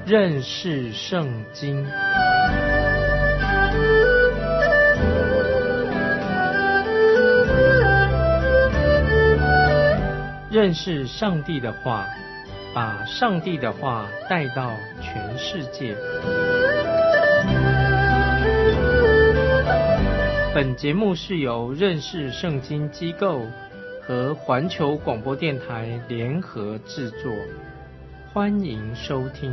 认识圣经。认识上帝的话，把上帝的话带到全世界。本节目是由认识圣经机构和环球广播电台联合制作，欢迎收听。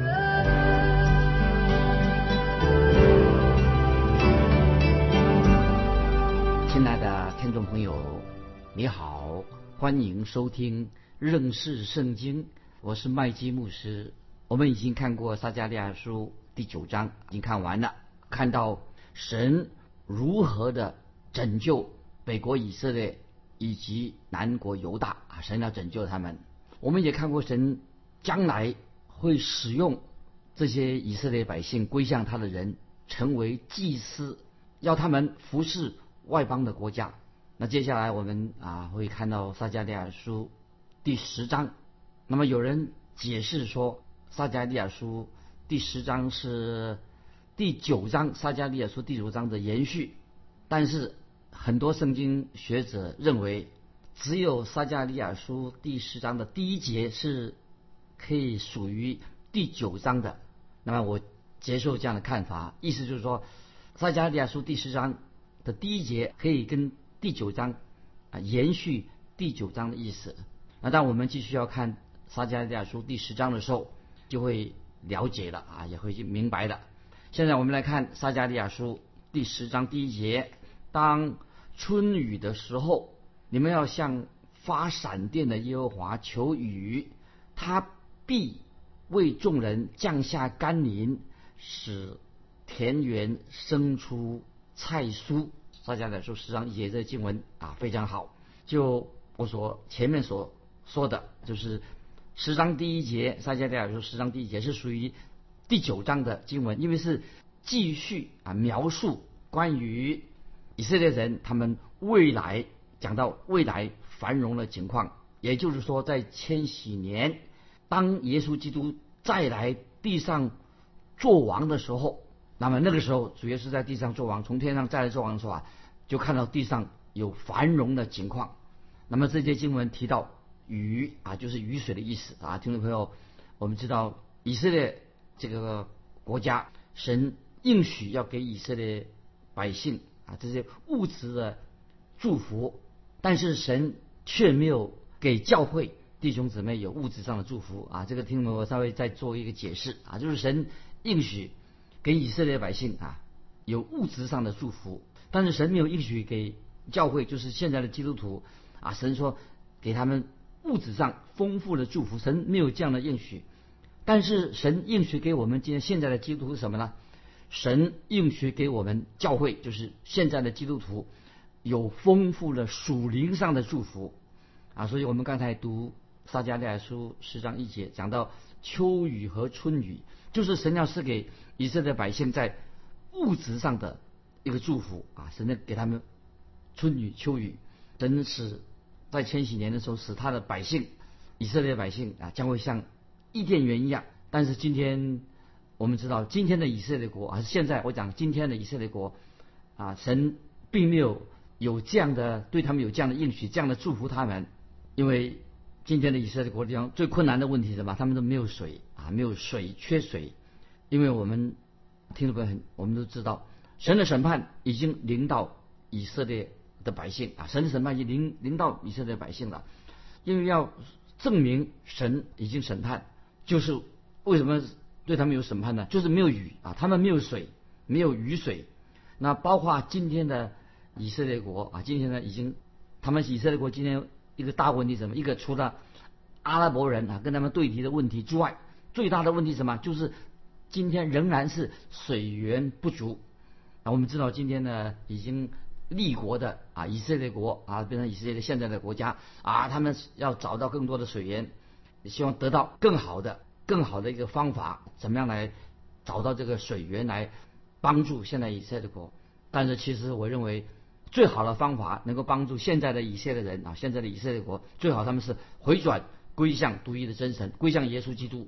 亲爱的听众朋友，你好，欢迎收听认识圣经，我是麦基牧师。我们已经看过撒迦利亚书第9章，已经看完了，看到神如何的拯救北国以色列以及南国犹大神要拯救他们。我们也看过神将来会使用这些以色列百姓归向他的人成为祭司，要他们服侍外邦的国家。那接下来我们会看到撒迦利亚书第10章。那么有人解释说撒迦利亚书第10章是第9章撒迦利亚书第9章的延续，但是很多圣经学者认为只有撒迦利亚书第10章的第1节是可以属于第9章的。那么我接受这样的看法，意思就是说撒迦利亚书第10章的第1节可以跟第9章延续第9章的意思。那当我们继续要看撒迦利亚书第10章的时候，就会了解了也会明白了。现在我们来看撒迦利亚书第10章第1节，当春雨的时候，你们要向发闪电的耶和华求雨，他必为众人降下甘霖，使田园生出菜蔬。撒迦利亚书10章1节，这个经文非常好。就我前面所说的，就是10章第1节，撒迦利亚书10章第1节是属于第9章的经文，因为是继续描述关于以色列人他们未来，讲到未来繁荣的情况。也就是说在千禧年，当耶稣基督再来地上做王的时候，那么那个时候主耶稣在地上做王，从天上再来做王的时候就看到地上有繁荣的情况。那么这些经文提到雨就是雨水的意思听众朋友，我们知道以色列这个国家，神应许要给以色列百姓这些物质的祝福，但是神却没有给教会弟兄姊妹有物质上的祝福这个听众我稍微再做一个解释就是神应许给以色列百姓有物质上的祝福，但是神没有应许给教会，就是现在的基督徒神说给他们物质上丰富的祝福，神没有这样的应许。但是神应许给我们今天现在的基督徒是什么呢？神应许给我们教会，就是现在的基督徒有丰富的属灵上的祝福所以我们刚才读撒迦利亚书10章1节讲到秋雨和春雨，就是神要赐给以色列百姓在物质上的一个祝福神要给他们春雨秋雨。神使在千禧年的时候使他的百姓以色列百姓将会像伊甸园一样。但是今天我们知道今天的以色列国现在我讲今天的以色列国神并没有这样的对他们有这样的应许，这样的祝福他们。因为今天的以色列国地方最困难的问题是什么？他们都没有水没有水，缺水。因为我们听众朋友我们都知道神的审判已经临到以色列的百姓神的审判已经临到以色列百姓了。因为要证明神已经审判，就是为什么对他们有审判呢？就是没有雨他们没有水，没有雨水。那包括今天的以色列国今天呢他们以色列国今天一个大问题是什么？一个除了阿拉伯人跟他们对敌的问题之外，最大的问题是什么？就是今天仍然是水源不足我们知道今天呢已经立国的以色列国变成以色列现在的国家他们要找到更多的水源，希望得到更好的一个方法，怎么样来找到这个水源来帮助现在以色列国。但是其实我认为最好的方法能够帮助现在的以色列人现在的以色列国，最好他们是回转归向独一的真神，归向耶稣基督。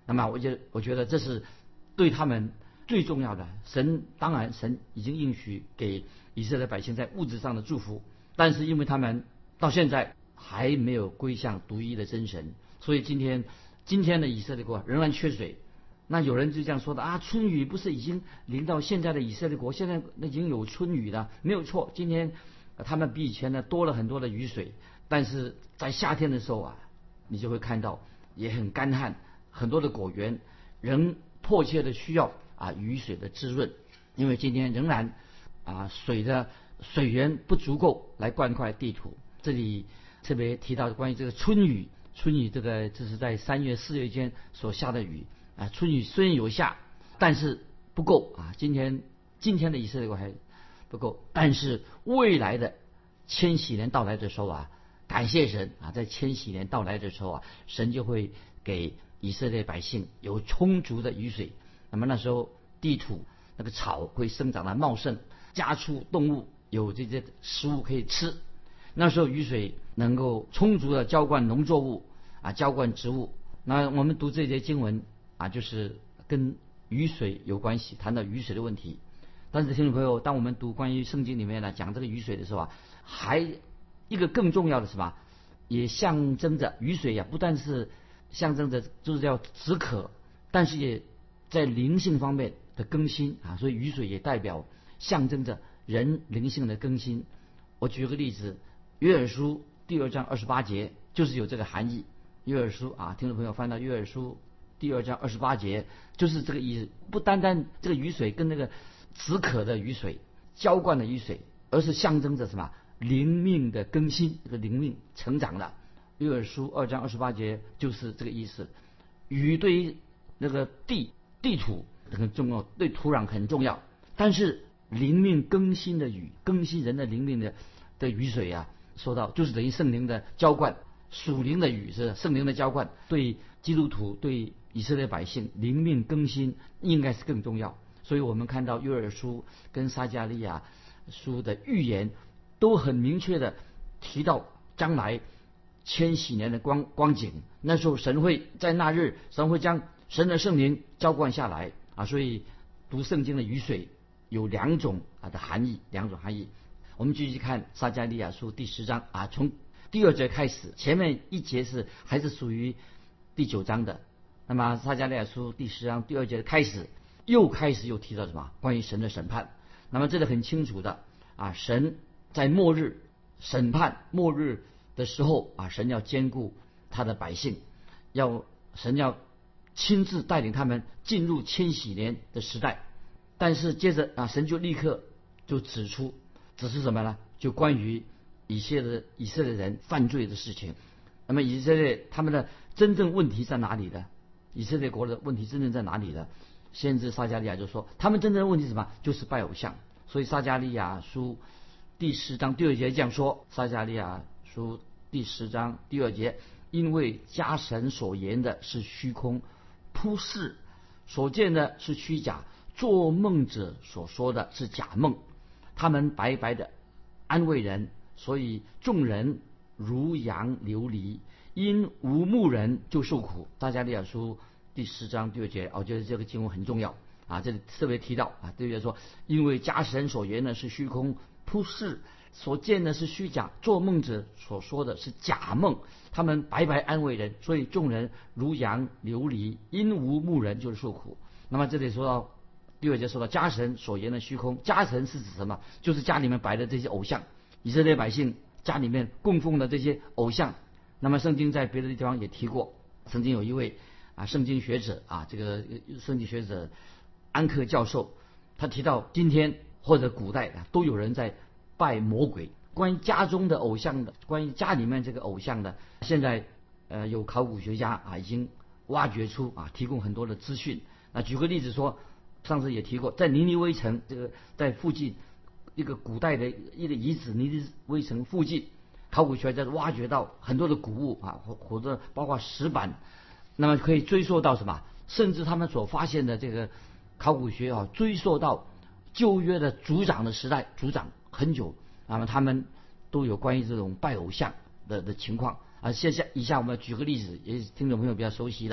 那么我觉得这是对他们最重要的。当然神已经应许给以色列百姓在物质上的祝福，但是因为他们到现在还没有归向独一的真神，所以今天的以色列国仍然缺水。那有人就这样说的啊，春雨不是已经临到现在的以色列国，现在已经有春雨了，没有错。今天他们比以前呢多了很多的雨水，但是在夏天的时候啊，你就会看到也很干旱，很多的果园仍迫切的需要雨水的滋润，因为今天仍然水源不足够来灌溉地土。这里特别提到关于这个春雨这是在3月4月间所下的雨春雨虽然有下，但是不够今天的以色列国还不够，但是未来的千禧年到来的时候感谢神在千禧年到来的时候神就会给以色列百姓有充足的雨水。那么那时候地土那个草会生长得茂盛，家畜动物有这些食物可以吃。那时候雨水能够充足的浇灌农作物浇灌植物。那我们读这节经文就是跟雨水有关系，谈到雨水的问题。但是听众朋友，当我们读关于圣经里面讲这个雨水的时候还一个更重要的是吧，也象征着雨水不但是象征着就是叫止渴，但是也在灵性方面的更新所以雨水也代表象征着人灵性的更新。我举个例子，约珥书第2章28节就是有这个含义。约珥书听众朋友翻到约珥书第2章28节就是这个意思，不单单这个雨水跟那个止渴的雨水浇灌的雨水，而是象征着什么灵命的更新，这个灵命成长的。约珥书2章28节就是这个意思。雨对于那个地土很重要，对土壤很重要，但是灵命更新的雨，更新人的灵命的雨水说到就是等于圣灵的浇灌，属灵的雨是圣灵的浇灌，对基督徒对以色列百姓灵命更新应该是更重要。所以我们看到约珥书跟撒迦利亚书的预言都很明确的提到将来千禧年的光景，那时候神会在那日，神会将神的圣灵浇灌下来所以读圣经的雨水有两种的含义，我们继续看撒迦利亚书第10章从第2节开始，前面一节还是属于第9章的。那么撒迦利亚书第10章第2节开始又提到什么？关于神的审判。那么这里很清楚的神在末日审判末日的时候神要兼顾他的百姓，神要亲自带领他们进入千禧年的时代。但是接着神就立刻就指出什么呢？就关于以色列人犯罪的事情。那么以色列他们的真正问题在哪里呢？以色列国的问题真正在哪里呢？先知撒迦利亚就说他们真正的问题是什么？就是拜偶像。所以撒迦利亚书第10章第2节这样说，撒迦利亚书第10章第2节，因为家神所言的是虚空，铺示所见的是虚假，做梦者所说的是假梦，他们白白的安慰人，所以众人如羊流离，因无牧人就受苦。撒迦利亚书第10章第2节，我觉得这个经文很重要这里特别提到对不对？说因为家神所言的是虚空，铺示所见的是虚假，做梦者所说的是假梦，他们白白安慰人，所以众人如羊流离，因无牧人就是受苦。那么这里说到第2节说到家神所言的虚空，家神是指什么？就是家里面摆的这些偶像，以色列百姓家里面供奉的这些偶像。那么圣经在别的地方也提过，曾经有一位圣经学者这个圣经学者安克教授，他提到今天或者古代都有人在拜魔鬼。关于家中的偶像的，关于家里面这个偶像的，现在有考古学家已经挖掘出提供很多的资讯。举个例子说，上次也提过，在尼尼微城这个在附近一个古代的一个遗址，尼尼微城附近，考古学家挖掘到很多的古物或者包括石板，那么可以追溯到什么？甚至他们所发现的这个考古学追溯到旧约的族长的时代，族长很久，那么他们都有关于这种拜偶像的情况以下我们举个例子，也是听众朋友比较熟悉的，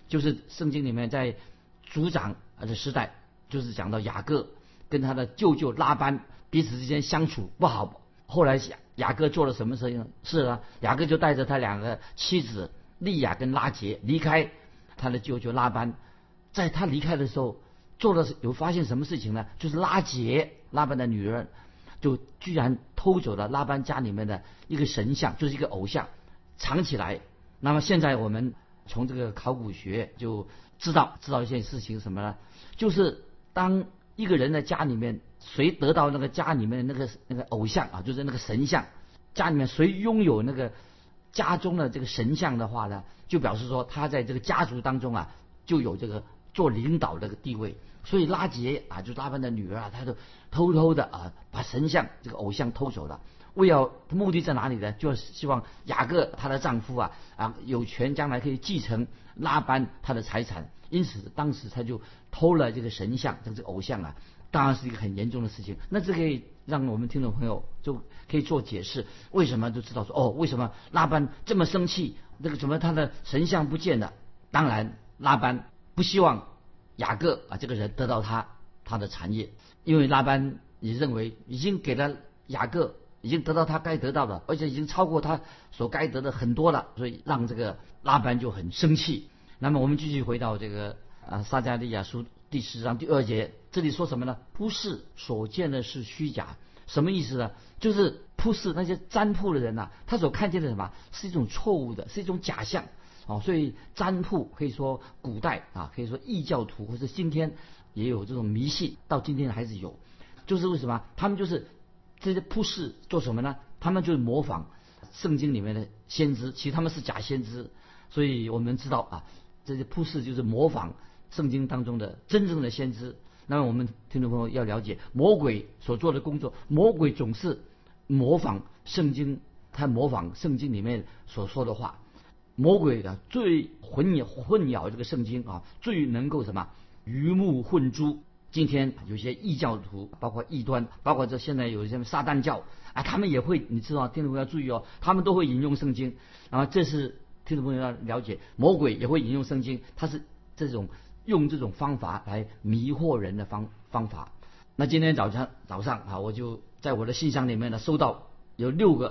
就是圣经里面在族长的时代，就是讲到雅各跟他的舅舅拉班彼此之间相处不好。后来雅各做了什么事呢？雅各就带着他两个妻子利亚跟拉结离开他的舅舅拉班。在他离开的时候，发现什么事情呢？就是拉班的女儿就居然偷走了拉班家里面的一个神像，就是一个偶像，藏起来。那么现在我们从这个考古学就知道一件事情什么呢？就是当一个人的家里面，谁得到那个家里面的那个偶像啊，就是那个神像，家里面谁拥有那个家中的这个神像的话呢，就表示说他在这个家族当中啊，就有这个做领导的地位。所以拉结啊，就是拉班的女儿啊，她就偷偷的啊把神像这个偶像偷走了。目的在哪里呢？就是希望雅各她的丈夫啊有权将来可以继承拉班他的财产。因此当时他就偷了这个神像，这个偶像啊，当然是一个很严重的事情。那这可以让我们听众朋友就可以做解释，为什么就知道说为什么拉班这么生气？这个怎么他的神像不见了？当然拉班不希望雅各啊这个人得到他的产业，因为拉班也认为已经给了雅各，已经得到他该得到的，而且已经超过他所该得的很多了，所以让这个拉班就很生气。那么我们继续回到这个撒迦利亚书第10章第2节，这里说什么呢？普世所见的是虚假，什么意思呢？就是普世那些占卜的人啊，他所看见的什么是一种错误的，是一种假象。所以占卜可以说古代可以说异教徒或者今天也有这种迷信，到今天还是有。就是为什么他们就是这些普世做什么呢？他们就是模仿圣经里面的先知，其实他们是假先知。所以我们知道这些普世就是模仿圣经当中的真正的先知。那么我们听众朋友要了解魔鬼所做的工作，魔鬼总是模仿圣经，他模仿圣经里面所说的话。魔鬼的最混淆这个圣经最能够什么鱼目混珠。今天有些异教徒，包括异端，包括现在有一些撒旦教他们也会，你知道，听众朋友要注意他们都会引用圣经。这是听众朋友要了解，魔鬼也会引用圣经，他是用这种方法来迷惑人的方法。那今天早上我就在我的信箱里面呢收到有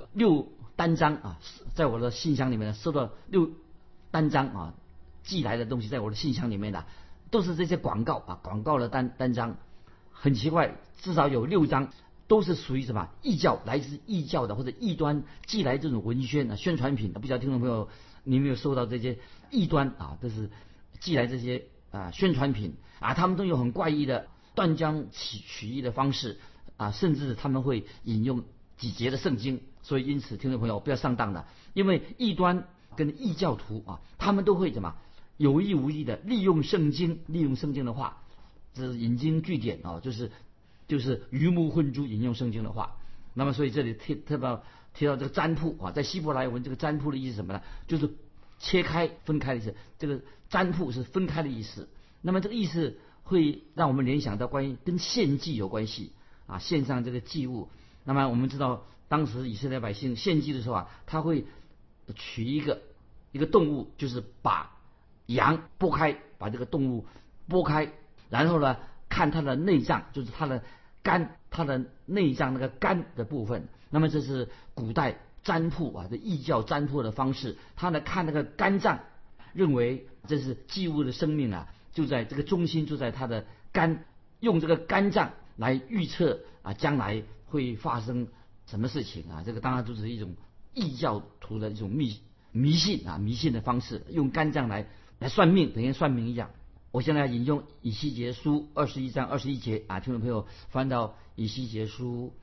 6单张在我的信箱里面呢收到6单张寄来的东西，在我的信箱里面都是这些广告的单张。很奇怪，至少有6张都是属于什么异教，来自异教的或者异端寄来这种文宣宣传品。不知道听众朋友你有没有收到这些异端都是寄来这些宣传品他们都有很怪异的断章取义的方式甚至他们会引用几节的圣经。所以因此听众朋友不要上当的，因为异端跟异教徒他们都会什么有意无意的利用圣经的话，这是引经据典就是鱼目混珠引用圣经的话。那么所以这里特别提到这个占卜在希伯来文这个占卜的意思是什么呢？就是切开分开的意思。这个占卜是分开的意思。那么这个意思会让我们联想到关于跟献祭有关系献上这个祭物。那么我们知道当时以色列百姓献祭的时候他会取一个动物，就是把羊剥开，把这个动物剥开，然后呢看它的内脏，就是它的肝，它的内脏那个肝的部分。那么这是古代占卜这异教占卜的方式。他呢看那个肝脏，认为这是祭物的生命就在这个中心，就在它的肝，用这个肝脏来预测将来会发生什么事情这个当然就是一种异教徒的一种迷信的方式，用肝脏来算命，等于算命一样。我现在引用以西结书21章21节听众朋友翻到以西结书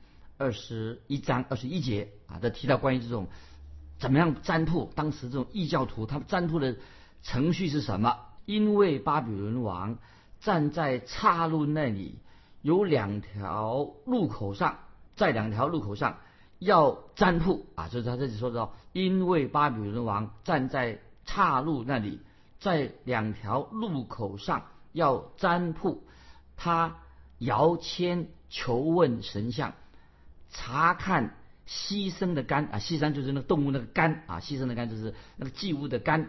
21章21节这提到关于这种怎么样占卜。当时这种异教徒他们占卜的程序是什么？因为巴比伦王站在岔路那里，有2条路口上，在2条路口上要占卜就是他这里说到，因为巴比伦王站在岔路那里，在2条路口上要占卜。他摇签求问神像，查看牺牲的肝牺牲就是那个动物那个肝牺牲的肝就是那个祭物的肝，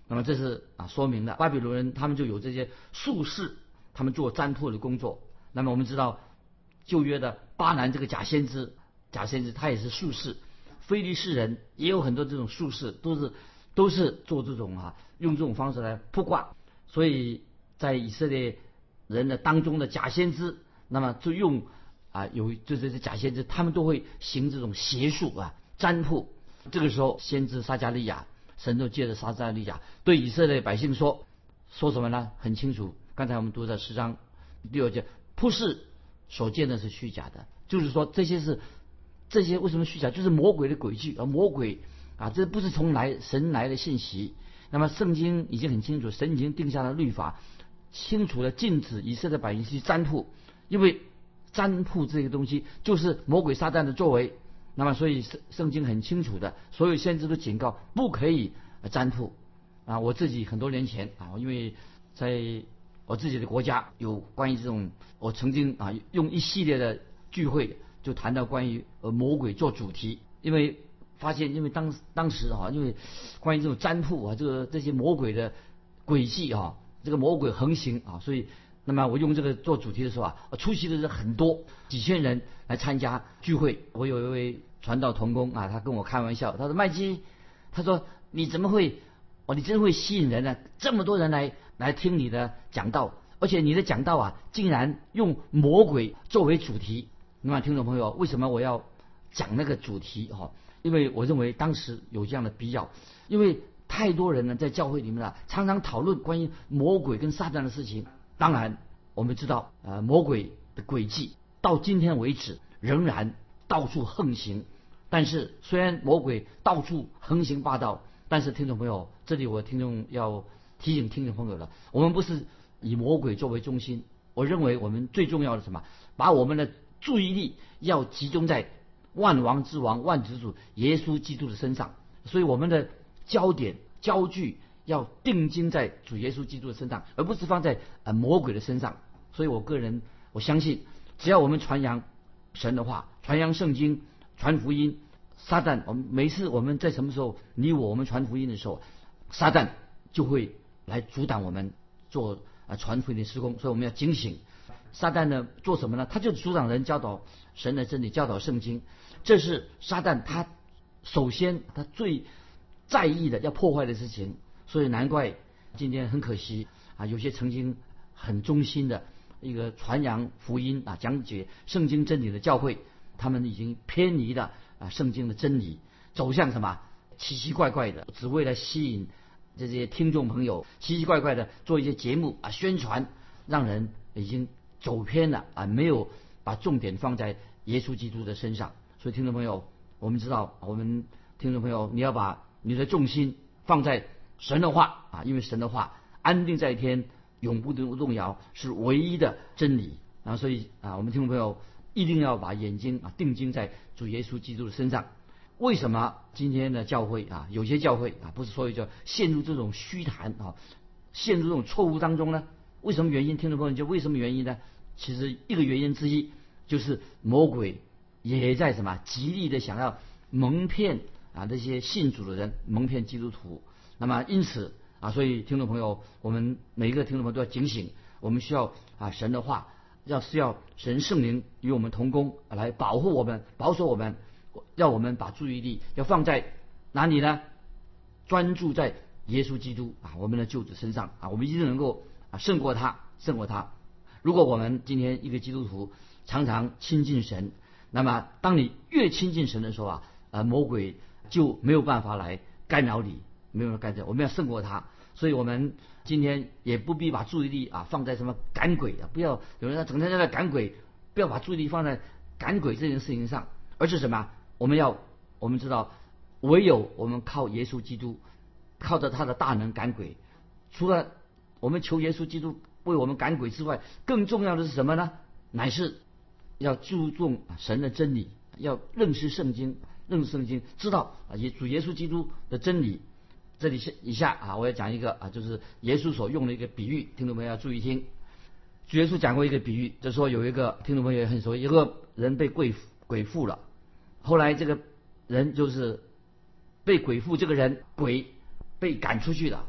那么这是说明了巴比伦人他们就有这些术士，他们做占卜的工作。那么我们知道旧约的巴兰这个假先知他也是术士，非利士人也有很多这种术士，都是做这种用这种方式来卜卦。所以在以色列人的当中的假先知，那么就用有这些假先知，他们都会行这种邪术占卜。这个时候先知撒迦利亚，神就借着撒迦利亚对以色列百姓说什么呢？很清楚，刚才我们读的10章第2节，卜士所见的是虚假的，就是说这些为什么虚假？就是魔鬼的诡计，魔鬼这不是从神来的信息。那么圣经已经很清楚，神已经定下了律法，清楚的禁止以色列百姓去占卜，因为占卜这个东西就是魔鬼撒旦的作为。那么所以圣经很清楚的，所有先知都警告不可以占卜。我自己很多年前因为在我自己的国家有关于这种，我曾经用一系列的聚会就谈到关于魔鬼做主题，因为发现，因为当时因为关于这种占卜这些魔鬼的诡计这个魔鬼横行所以那么我用这个做主题的时候出席的人很多，几千人来参加聚会。我有一位传道同工他跟我开玩笑，他说麦基，他说你怎么会你真会吸引人呢？这么多人来听你的讲道，而且你的讲道竟然用魔鬼作为主题。那么听众朋友，为什么我要讲那个主题因为我认为当时有这样的必要，因为太多人呢在教会里面常常讨论关于魔鬼跟撒旦的事情。当然我们知道魔鬼的诡计到今天为止仍然到处横行，但是虽然魔鬼到处横行霸道，但是听众朋友，这里我要提醒听众朋友了，我们不是以魔鬼作为中心。我认为我们最重要的是什么？把我们的注意力要集中在万王之王万主主耶稣基督的身上，所以我们的焦点焦距要定睛在主耶稣基督的身上，而不是放在魔鬼的身上。所以我相信，只要我们传扬神的话，传扬圣经，传福音，撒旦每次我们在什么时候我们传福音的时候，撒旦就会来阻挡我们做传福音的事工。所以我们要警醒。撒旦呢做什么呢？他就阻挡人教导神的真理，教导圣经。这是撒旦他首先他最在意的要破坏的事情。所以难怪今天很可惜有些曾经很忠心的一个传扬福音讲解圣经真理的教会，他们已经偏离了圣经的真理，走向什么奇奇怪怪的，只为了吸引这些听众朋友，奇奇怪怪的做一些节目宣传，让人已经走偏了没有把重点放在耶稣基督的身上。所以听众朋友，我们知道，我们听众朋友，你要把你的重心放在神的话因为神的话安定在天，永不动摇，是唯一的真理所以我们听众朋友一定要把眼睛定睛在主耶稣基督的身上。为什么今天的教会有些教会不是所以就陷入这种虚谈陷入这种错误当中呢？为什么原因？听众朋友，就为什么原因呢？其实一个原因之一就是魔鬼也在什么极力的想要蒙骗这些信主的人，蒙骗基督徒。那么因此所以听众朋友，我们每一个听众朋友都要警醒，我们需要神的话，要神圣灵与我们同工来保护我们，保守我们，要我们把注意力要放在哪里呢？专注在耶稣基督我们的救主身上我们一定能够胜过他。如果我们今天一个基督徒常常亲近神，那么当你越亲近神的时候魔鬼就没有办法来干扰你，没有办法干扰，我们要胜过他。所以我们今天也不必把注意力放在什么赶鬼不要有人整天在那赶鬼，不要把注意力放在赶鬼这件事情上，而是什么？我们知道，唯有我们靠耶稣基督，靠着他的大能赶鬼。除了我们求耶稣基督为我们赶鬼之外，更重要的是什么呢？乃是要注重神的真理，要认识圣经，知道主耶稣基督的真理。这里是以下我要讲一个就是耶稣所用的一个比喻，听众朋友要注意听。主耶稣讲过一个比喻，就是说有一个听众朋友也很熟，一个人被鬼附了，后来这个人就是被鬼附，这个人鬼被赶出去了。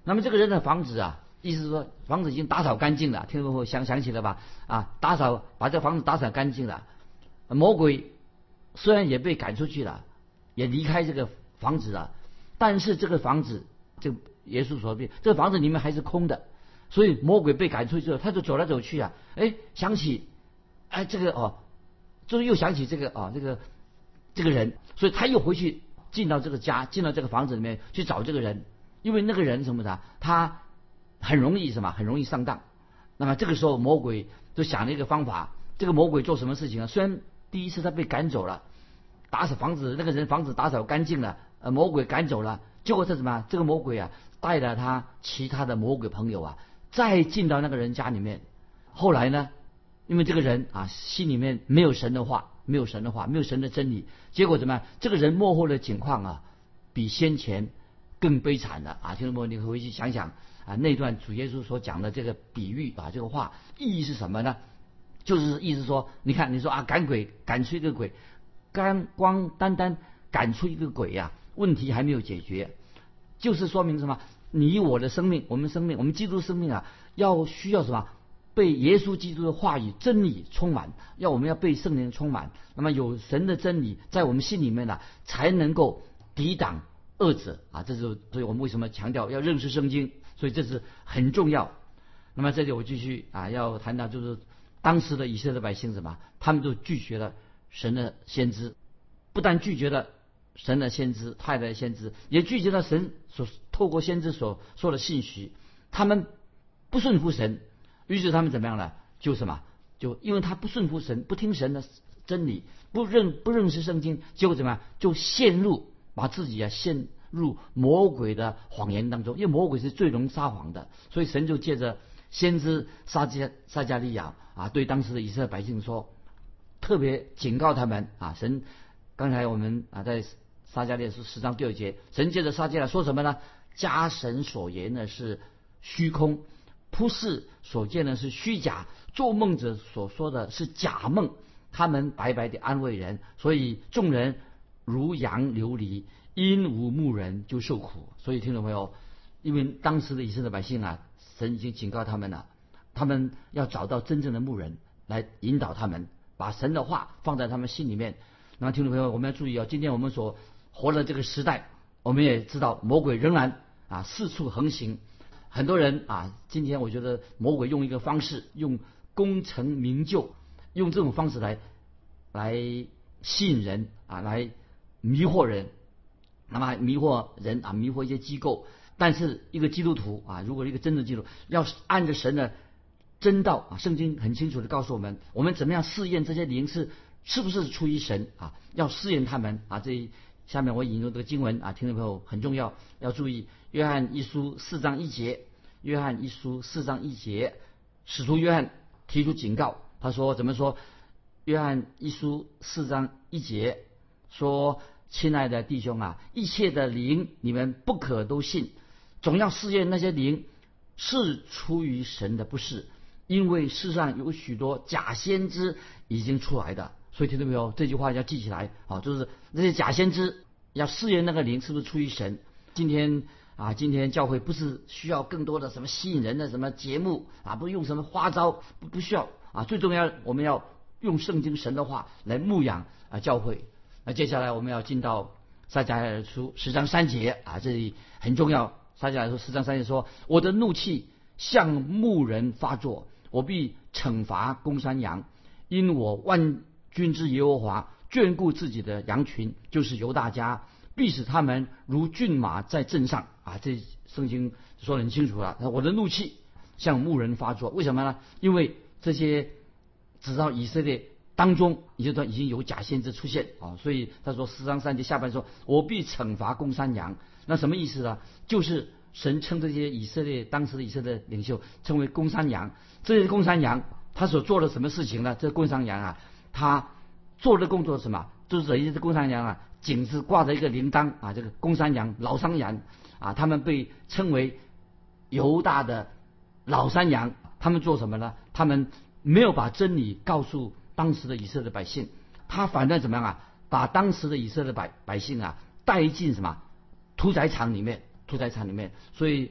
那么这个人的房子啊，意思是说房子已经打扫干净了，听众朋友想起了吧？啊，把这房子打扫干净了。魔鬼虽然也被赶出去了，也离开这个房子了，但是这个房子，就耶稣所说，这个房子里面还是空的。所以魔鬼被赶出去之后，他就走来走去啊，想起，这个就是又想起这个这个人，所以他又回去进到这个家，进到这个房子里面去找这个人，因为那个人什么的，他很容易上当。那么这个时候魔鬼就想了一个方法，这个魔鬼做什么事情呢？虽然第一次他被赶走了，打扫房子，那个人房子打扫干净了，魔鬼赶走了，结果这什么？这个魔鬼啊带了他其他的魔鬼朋友啊，再进到那个人家里面。后来呢，因为这个人啊心里面没有神的话，没有神的真理，结果怎么样？这个人幕后的情况啊，比先前更悲惨了啊！听众朋友，你回去想想啊，那段主耶稣所讲的这个比喻啊，这个话意义是什么呢？就是意思说，你看你说啊，赶出一个鬼，光单赶出一个鬼啊，问题还没有解决，就是说明什么？你我的生命，我们基督生命啊，需要什么？被耶稣基督的话语真理充满，我们要被圣灵充满。那么有神的真理在我们心里面呢，才能够抵挡恶者啊。所以我们为什么强调要认识圣经？所以这是很重要。那么这里我继续要谈到就是当时的以色列百姓什么？他们都拒绝了神的先知，不但拒绝了神的先知派来的先知，也拒绝了神所透过先知所说的信息。他们不顺服神，于是他们怎么样呢？就因为他不顺服神，不听神的真理，不认识圣经，结果怎么样？就把自己陷入魔鬼的谎言当中。因为魔鬼是最容易撒谎的，所以神就借着先知撒迦利亚对当时的以色列百姓说，特别警告他们神刚才我们在撒迦利亚书10章第2节，神借着撒迦利亚说什么呢？家神所言的是虚空，仆士所见的是虚假，做梦者所说的是假梦，他们白白的安慰人，所以众人如羊流离，因无牧人就受苦。所以听众朋友，因为当时的以色列百姓神已经警告他们了，他们要找到真正的牧人来引导他们，把神的话放在他们心里面。那么听众朋友，我们要注意今天我们所活的这个时代，我们也知道魔鬼仍然四处横行。很多人今天我觉得魔鬼用一个方式，用功成名就，用这种方式来吸引人来迷惑人。那么迷惑人迷惑一些机构。但是一个基督徒如果一个真的基督徒要按着神的真道圣经很清楚的告诉我们，我们怎么样试验这些灵是不是出于神要试验他们下面我引用这个经文听众朋友很重要，要注意约翰一书4章1节。约翰一书4章1节，使徒约翰提出警告，他说怎么说？约翰一书4章1节说，亲爱的弟兄一切的灵你们不可都信，总要试验那些灵是出于神的，不是，因为世上有许多假先知已经出来的。所以听到没有？这句话要记起来就是那些假先知要试验那个灵是不是出于神。今天教会不是需要更多的什么吸引人的什么节目不用什么花招，不需要最重要我们要用圣经神的话来牧养教会。那接下来我们要进到撒迦利亚书10章3节这里很重要。撒迦利亚书10章3节说，我的怒气向牧人发作，我必惩罚公山羊，因我万军之耶和华眷顾自己的羊群，就是犹大家，必使他们如骏马在阵上这圣经说得很清楚了。我的怒气向牧人发作，为什么呢？因为这些直到以色列当中已经有假先知出现所以他说10章3节下半说，我必惩罚公山羊。那什么意思呢？就是神称这些当时的以色列领袖称为公山羊。这些公山羊他所做的什么事情呢？这公山羊他做的工作是什么？就是这些公山羊颈子挂着一个铃铛这个公山羊老山羊他们被称为犹大的老山羊。他们做什么呢？他们没有把真理告诉当时的以色列百姓，他反正怎么样把当时的以色列百姓带进什么屠宰场里面。所以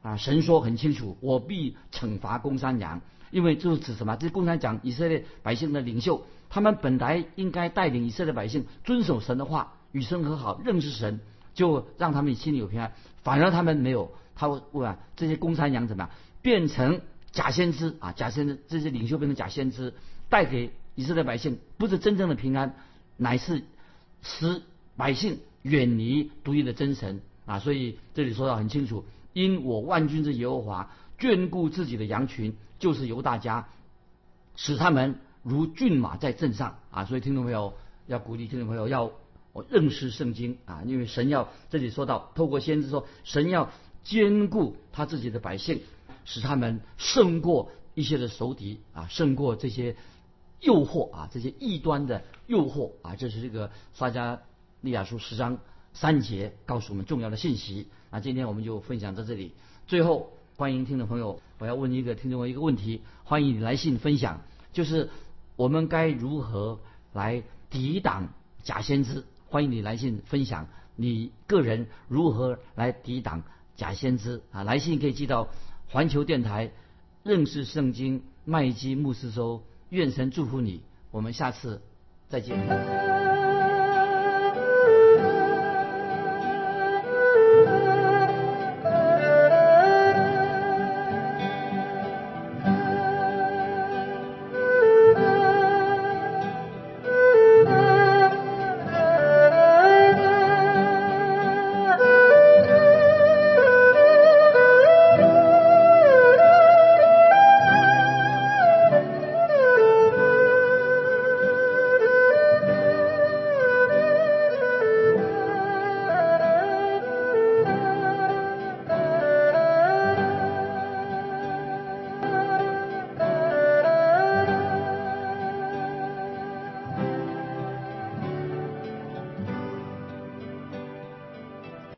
神说很清楚，我必惩罚公山羊，因为就是指什么？这是共产党以色列百姓的领袖，他们本来应该带领以色列百姓遵守神的话，与神和好，认识神，就让他们心里有平安。反而他们没有，这些公山羊怎么样？变成假先知假先知，这些领袖变成假先知，带给以色列百姓不是真正的平安，乃是使百姓远离独一的真神所以这里说到很清楚，因我万军之耶和华眷顾自己的羊群，就是犹大家，使他们如骏马在阵上所以听众朋友要鼓励听众朋友要认识圣经因为神要这里说到，透过先知说，神要兼顾他自己的百姓，使他们胜过一些的仇敌胜过这些诱惑这些异端的诱惑这是这个撒迦利亚书10章3节告诉我们重要的信息今天我们就分享到这里。最后欢迎听众朋友，我要问听众一个问题，欢迎你来信分享，就是我们该如何来抵挡假先知？欢迎你来信分享你个人如何来抵挡假先知来信可以寄到环球电台认识圣经麦基牧师收，愿神祝福你，我们下次再见。